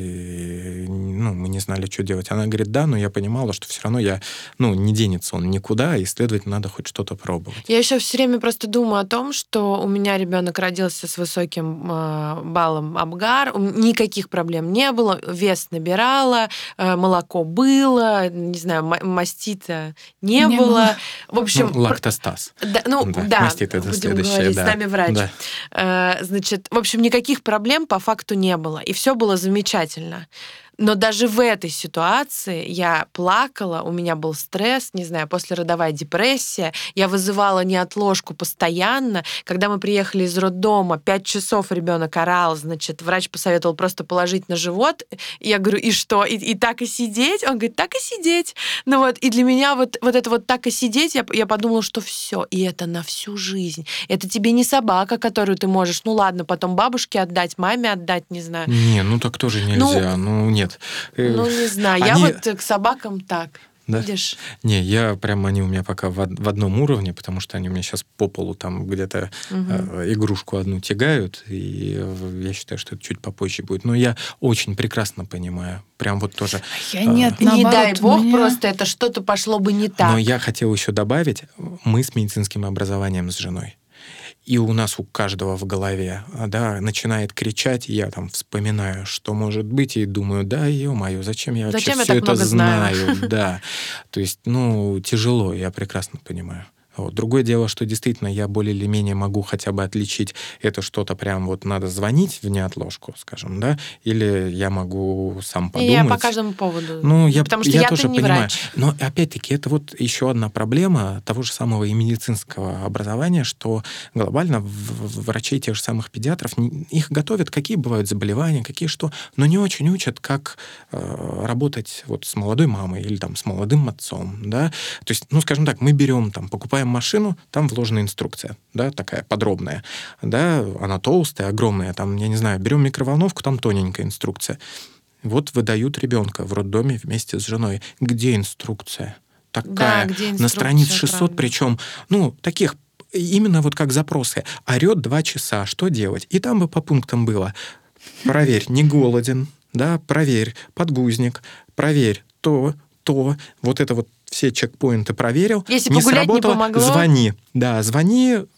и, ну, мы не знали, что делать. Она говорит, да, но я понимала, что все равно я, ну, не денется он никуда, и, следовательно, надо хоть что-то пробовать. Я еще все время просто думаю о том, что у меня ребенок родился с высоким э, баллом Апгар, у м- никаких проблем не было, вес набирала, э, молоко было, не знаю, ма- мастита не, Не было. было. В общем, Ну, лактостаз. Да, ну, Да, да, мастит это будем следующее, говорить, да. с нами врач. Да. Э, Значит, в общем, никаких проблем по факту не было, и все было замечательно. Но даже в этой ситуации я плакала, у меня был стресс, не знаю, послеродовая депрессия, я вызывала неотложку постоянно. Когда мы приехали из роддома, пять часов ребенок орал, значит, врач посоветовал просто положить на живот. Я говорю, и что, и, и так и сидеть? Он говорит, так и сидеть. Ну вот, и для меня вот, вот это вот так и сидеть, я, я подумала, что все, и это на всю жизнь. Это тебе не собака, которую ты можешь, ну ладно, потом бабушке отдать, маме отдать, не знаю. Не, ну так тоже нельзя, ну, нет. Э, Ну, не знаю, я они- вот к собакам так. Да? Видишь? Не, я прям, они у меня пока в, од- в одном уровне, потому что они у меня сейчас по полу там где-то Мгм. э, игрушку одну тягают, и э, я считаю, что это чуть попозже будет. Но я очень прекрасно понимаю, прям вот тоже. Я А, нет, Не наоборот, дай у бог, меня- просто это что-то пошло бы не так. Но я хотел еще добавить, мы с медицинским образованием с женой. И у нас у каждого в голове, а, да, начинает кричать, и я там вспоминаю, что может быть, и думаю, да, ё-моё, зачем я вообще Зачем я все так это много знаю? знаю? Да. То есть, ну, тяжело, я прекрасно понимаю. Вот. Другое дело, что действительно я более или менее могу хотя бы отличить, это что-то прям вот надо звонить в неотложку, скажем, да, или я могу сам Не, подумать. я по каждому поводу. Ну, я, Потому что я я-то тоже не понимаю. врач. Но опять-таки это вот еще одна проблема того же самого и медицинского образования, что глобально в- в- врачей тех же самых педиатров, не- их готовят, какие бывают заболевания, какие что, но не очень учат, как э, работать вот с молодой мамой или там с молодым отцом, да. То есть, ну, скажем так, мы берем там, покупаем машину, там вложена инструкция, да, такая подробная, да, она толстая, огромная, там, я не знаю, берем микроволновку, там тоненькая инструкция. Вот выдают ребенка в роддоме вместе с женой. Где инструкция? Такая, Да, где на инструкция, странице шестьсот, правда. причем, ну, таких именно вот как запросы. Орет два часа, что делать? И там бы по пунктам было. Проверь, не голоден, да, проверь подгузник, проверь то, то, вот это вот все чекпоинты проверил. Если не погулять не сработало, помогло? звони. Да, звони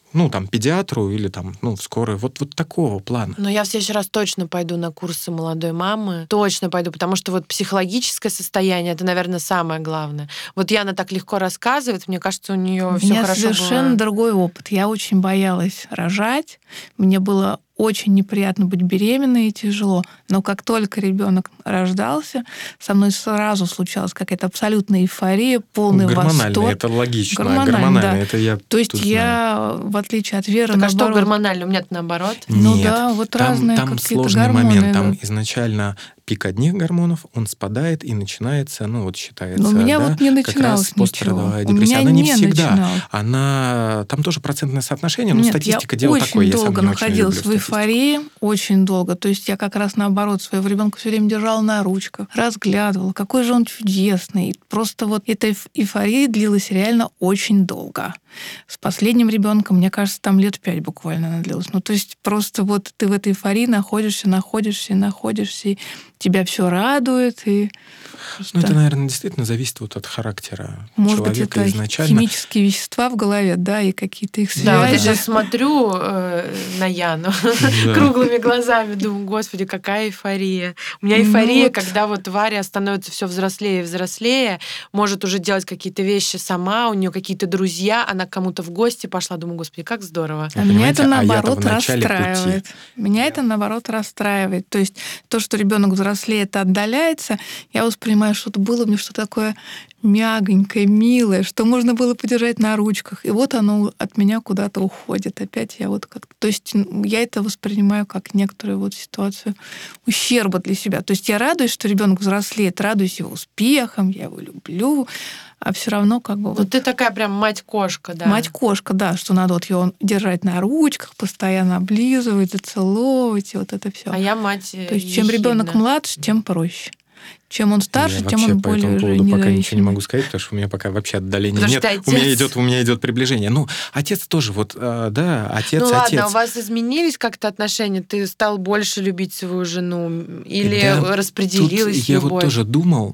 ну, там, педиатру или там, ну, в скорую. Вот, вот такого плана. Но я в следующий раз точно пойду на курсы молодой мамы. Точно пойду, потому что вот психологическое состояние — это, наверное, самое главное. Вот Яна так легко рассказывает, мне кажется, у нее все меня хорошо совершенно было. другой опыт. Я очень боялась рожать. Мне было очень неприятно быть беременной и тяжело. Но как только ребенок рождался, со мной сразу случалась какая-то абсолютная эйфория, полный Гормональный, восторг. это логично. Гормональный, Гормональный, да. это я То есть тут я, знаю. в отличие от Веры, Так а что наоборот... гормонально? У меня-то наоборот. Ну Нет, да, вот там, разные там какие-то сложный гормоны момент. Там идут. изначально пик одних гормонов, он спадает и начинается, ну вот считается, Но у меня да, вот не как раз начиналось ничего. пострадовая У депрессия. меня Она не не всегда. начиналось. Она, там тоже процентное соотношение, но Нет, статистика я дело очень такое. Я сам долго не очень находилась люблю в статистику. эйфории, очень долго. То есть я как раз наоборот своего ребенка все время держала на ручках, разглядывала, какой же он чудесный. И просто вот эта эйф- эйфория длилась реально очень долго. С последним ребенком, мне кажется, там лет пять буквально она длилась. Ну, то есть просто вот ты в этой эйфории находишься, находишься, находишься, и тебя все радует, и просто... Ну, это, наверное, действительно зависит вот от характера Может быть, человека это изначально. химические вещества в голове, да, и какие-то их связи. Да, вот я сейчас смотрю э, на Яну Да. круглыми глазами, думаю, господи, какая эйфория. У меня Ну эйфория, вот. когда вот Варя становится все взрослее и взрослее, может уже делать какие-то вещи сама, у нее какие-то друзья, она к кому-то в гости пошла, думаю, господи, как здорово. А Вы меня это, понимаете, а я-то наоборот, в начале расстраивает. пути. Меня это, наоборот, расстраивает. То есть то, что ребенок взрослеет, отдаляется, я воспринимаю, что-то было мне что-то такое мягонькое, милое, что можно было подержать на ручках. И вот оно от меня куда-то уходит. Опять я вот как-то... То есть я это воспринимаю как некоторую вот ситуацию ущерба для себя. То есть я радуюсь, что ребенок взрослеет, радуюсь его успехам, я его люблю, а все равно как бы... Ну Вот ты такая прям мать-кошка, да. мать-кошка, да, что надо вот его держать на ручках, постоянно облизывать, зацеловывать, и вот это все. А я мать То есть чем ребенок младше, тем проще. Чем он старше, Я тем вообще он по более этому уже поводу пока ничего не независимый. могу сказать, потому что у меня пока вообще отдаления Потому нет. что ты У меня отец. идет, у меня идет приближение. Ну, отец тоже вот, э, да, отец, Ну ладно, отец. у вас изменились как-то отношения? Ты стал больше любить свою жену? Или Да, распределилась Тут я любовь? вот тоже думал,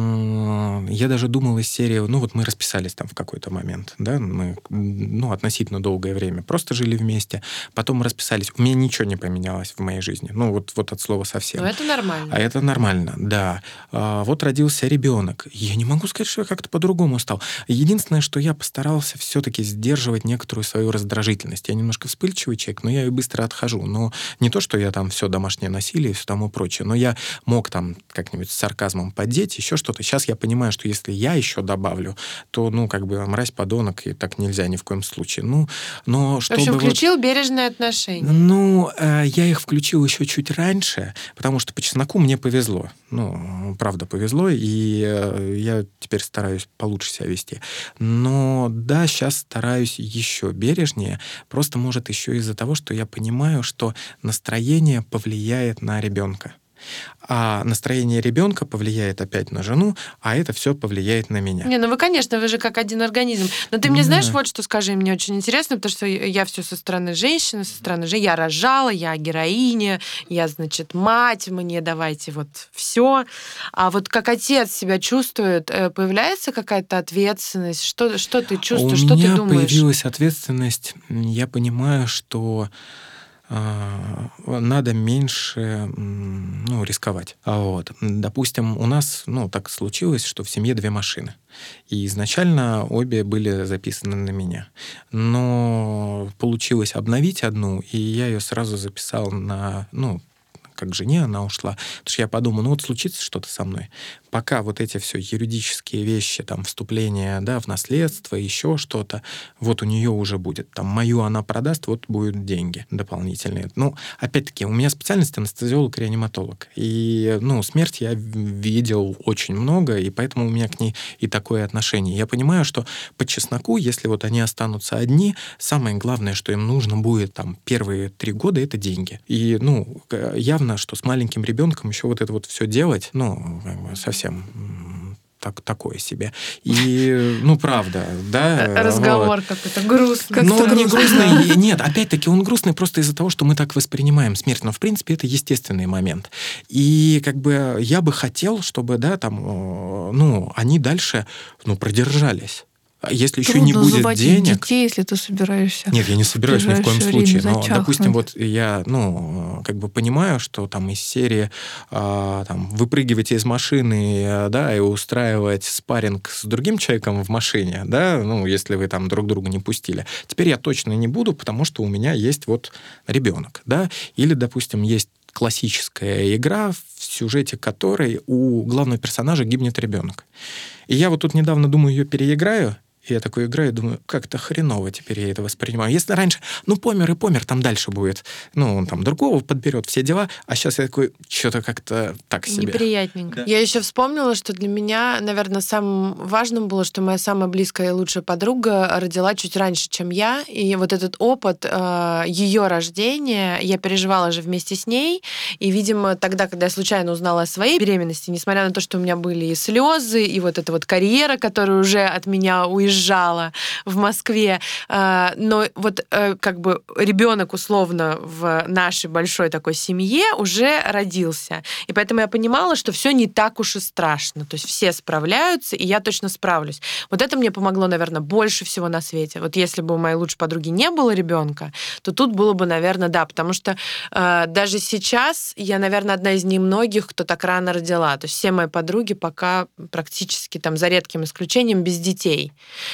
м, я даже думал из серии, ну вот мы расписались там в какой-то момент, да, мы, ну, относительно долгое время просто жили вместе, потом мы расписались. У меня ничего не поменялось в моей жизни, ну вот, вот от слова совсем. Ну это нормально. А это нормально, да. А, вот родился ребенок. Я не могу сказать, что я как-то по-другому стал. Единственное, что я постарался все-таки сдерживать некоторую свою раздражительность. Я немножко вспыльчивый человек, но я и быстро отхожу. Но не то, что я там все домашнее насилие и все тому прочее, но я мог там как-нибудь с сарказмом поддеть, еще что-то. Сейчас я понимаю, что если я еще добавлю, то, ну, как бы мразь, подонок, и так нельзя ни в коем случае. Ну, но В чтобы общем, вот- включил бережные отношения. Ну, э, я их включил еще чуть раньше, потому что по чесноку мне повезло. Ну, правда, повезло, и э, я теперь стараюсь получше себя вести. Но да, сейчас стараюсь еще бережнее. Просто, может, еще из-за того, что я понимаю, что настроение повлияет на ребенка. А настроение ребенка повлияет опять на жену, а это все повлияет на меня. Не, ну вы, конечно, вы же как один организм. Но ты мне Да. знаешь, вот что скажи, мне очень интересно, потому что я все со стороны женщины, со стороны женщины. Я рожала, я героиня, я, значит, мать, мне давайте вот все. А вот как отец себя чувствует, э, появляется какая-то ответственность? Что, что ты чувствуешь, У что меня ты думаешь? появилась ответственность. Я понимаю, что а, надо меньше м, ну, рисковать. А Вот. Допустим, у нас ну, так случилось, что в семье две машины. И изначально обе были записаны на меня. Но получилось обновить одну, и я ее сразу записал на... Ну, как жене она ушла. Потому что я подумал, ну вот случится что-то со мной. Пока вот эти все юридические вещи, там, вступление, да, в наследство, еще что-то, вот у нее уже будет. Там, мою она продаст, вот будут деньги дополнительные. Ну, опять-таки, у меня специальность анестезиолог-реаниматолог. И, ну, смерть я видел очень много, и поэтому у меня к ней и такое отношение. Я понимаю, что по чесноку, если вот они останутся одни, самое главное, что им нужно будет там первые три года, это деньги. И, ну, явно, что с маленьким ребенком еще вот это вот все делать, ну, как бы совсем м, так, такое себе. И, ну, правда, да. Разговор вот. какой-то грустный. Как-то Ну, не грустно. грустный. и- Нет, опять-таки, он грустный просто из-за того, что мы так воспринимаем смерть. Но, в принципе, это естественный момент. И, как бы, я бы хотел, чтобы, да, там, э, ну, они дальше, ну, продержались. если еще Трудно не будет заводить денег... детей, если ты собираешься. Нет, я не собираюсь ни в коем ближайшее случае. время Но, зачахнуть. допустим, вот я, ну, как бы понимаю, что там из серии а, там, выпрыгивать из машины, да, и устраивать спарринг с другим человеком в машине, да, ну, если вы там друг друга не пустили. Теперь я точно не буду, потому что у меня есть вот ребенок, да, или, допустим, есть классическая игра, в сюжете которой у главного персонажа гибнет ребенок. И я вот тут недавно думаю, ее переиграю, и я такой играю, думаю, как-то хреново теперь я это воспринимаю. Если раньше, ну, помер и помер, там дальше будет, ну, он там другого подберет, все дела, а сейчас я такой, что-то как-то так себе. Неприятненько. Да. Я еще вспомнила, что для меня, наверное, самым важным было, что моя самая близкая и лучшая подруга родила чуть раньше, чем я, и вот этот опыт э, ее рождения, я переживала же вместе с ней, и, видимо, тогда, когда я случайно узнала о своей беременности, несмотря на то, что у меня были и слезы, и вот эта вот карьера, которая уже от меня уезжала, жала в Москве, но вот как бы ребенок условно в нашей большой такой семье уже родился. И поэтому я понимала, что все не так уж и страшно. То есть все справляются, и я точно справлюсь. Вот это мне помогло, наверное, больше всего на свете. Вот если бы у моей лучшей подруги не было ребенка, то тут было бы, наверное, да, потому что даже сейчас я, наверное, одна из немногих, кто так рано родила. То есть все мои подруги пока практически там за редким исключением без детей.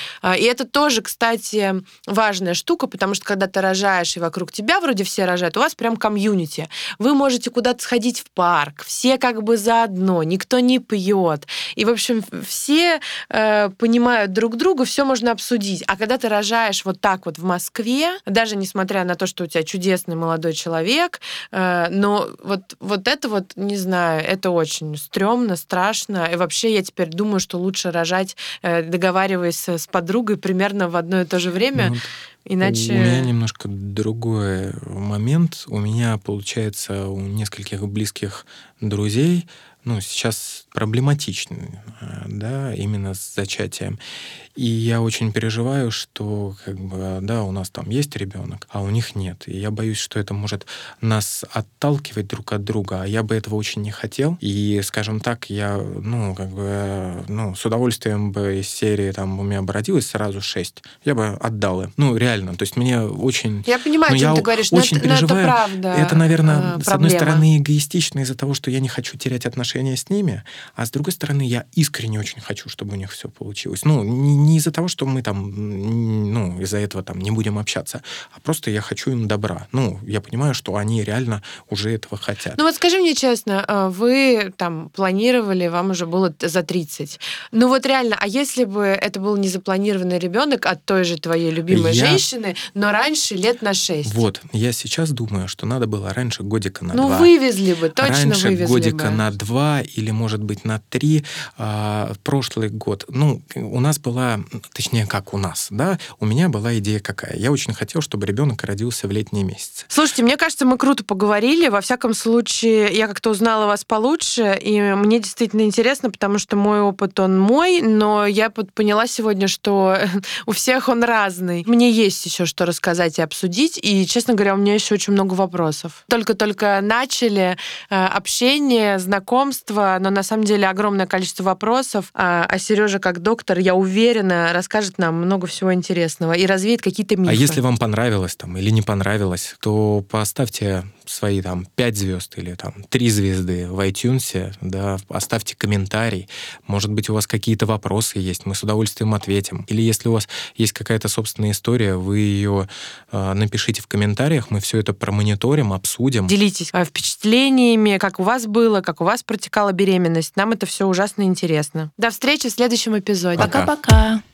И это тоже, кстати, важная штука, потому что когда ты рожаешь, и вокруг тебя вроде все рожают, у вас прям комьюнити. Вы можете куда-то сходить в парк, все как бы заодно, никто не пьет. И, в общем, все э, понимают друг друга, все можно обсудить. А когда ты рожаешь вот так вот в Москве, даже несмотря на то, что у тебя чудесный молодой человек, э, но вот, вот это вот, не знаю, это очень стрёмно, страшно. И вообще я теперь думаю, что лучше рожать, э, договариваясь с подругой примерно в одно и то же время, Ну, вот иначе... У меня немножко другой момент. У меня, получается, у нескольких близких друзей, ну, сейчас проблематичный, да, именно с зачатием. И я очень переживаю, что, как бы, да, у нас там есть ребенок, а у них нет. И я боюсь, что это может нас отталкивать друг от друга, а я бы этого очень не хотел. И, скажем так, я, ну, как бы, ну, с удовольствием бы из серии, там, у меня бы родилось сразу шесть, я бы отдал им. Ну, реально, то есть мне очень... Я понимаю, ну, о чем я ты говоришь, но очень это, но это переживаю. правда. Это, наверное, э, с одной проблема. стороны, эгоистично из-за того, что я не хочу терять отношения с ними, а с другой стороны, я искренне очень хочу, чтобы у них все получилось. Ну, не, не из-за того, что мы там, ну, из-за этого там не будем общаться, а просто я хочу им добра. Ну, я понимаю, что они реально уже этого хотят. Ну вот скажи мне честно, вы там планировали, вам уже было за тридцать. Ну вот реально, а если бы это был незапланированный ребенок от той же твоей любимой Я... женщины, но раньше лет на шесть? Вот, я сейчас думаю, что надо было раньше годика на ну, два. Ну вывезли бы, точно раньше вывезли годика бы. на два или, может быть, на три. А, прошлый год, ну, у нас была, точнее, как у нас, да, у меня была идея какая. Я очень хотел, чтобы ребенок родился в летние месяцы. Слушайте, мне кажется, мы круто поговорили. Во всяком случае, я как-то узнала вас получше, и мне действительно интересно, потому что мой опыт, он мой, но я поняла сегодня, что у всех он разный. Мне есть еще что рассказать и обсудить, и, честно говоря, у меня еще очень много вопросов. Только-только начали общение, знакомство, но на самом деле огромное количество вопросов. А Сережа, как доктор, я уверена, расскажет нам много всего интересного и развеет какие-то мифы. А если вам понравилось там или не понравилось, то поставьте свои там пять звезд или там три звезды в iTunes, да, оставьте комментарий. Может быть, у вас какие-то вопросы есть, мы с удовольствием ответим. Или если у вас есть какая-то собственная история, вы ее э, напишите в комментариях, мы все это промониторим, обсудим. Делитесь впечатлениями, как у вас было, как у вас протекала беременность. Нам это все ужасно интересно. До встречи в следующем эпизоде. Пока-пока.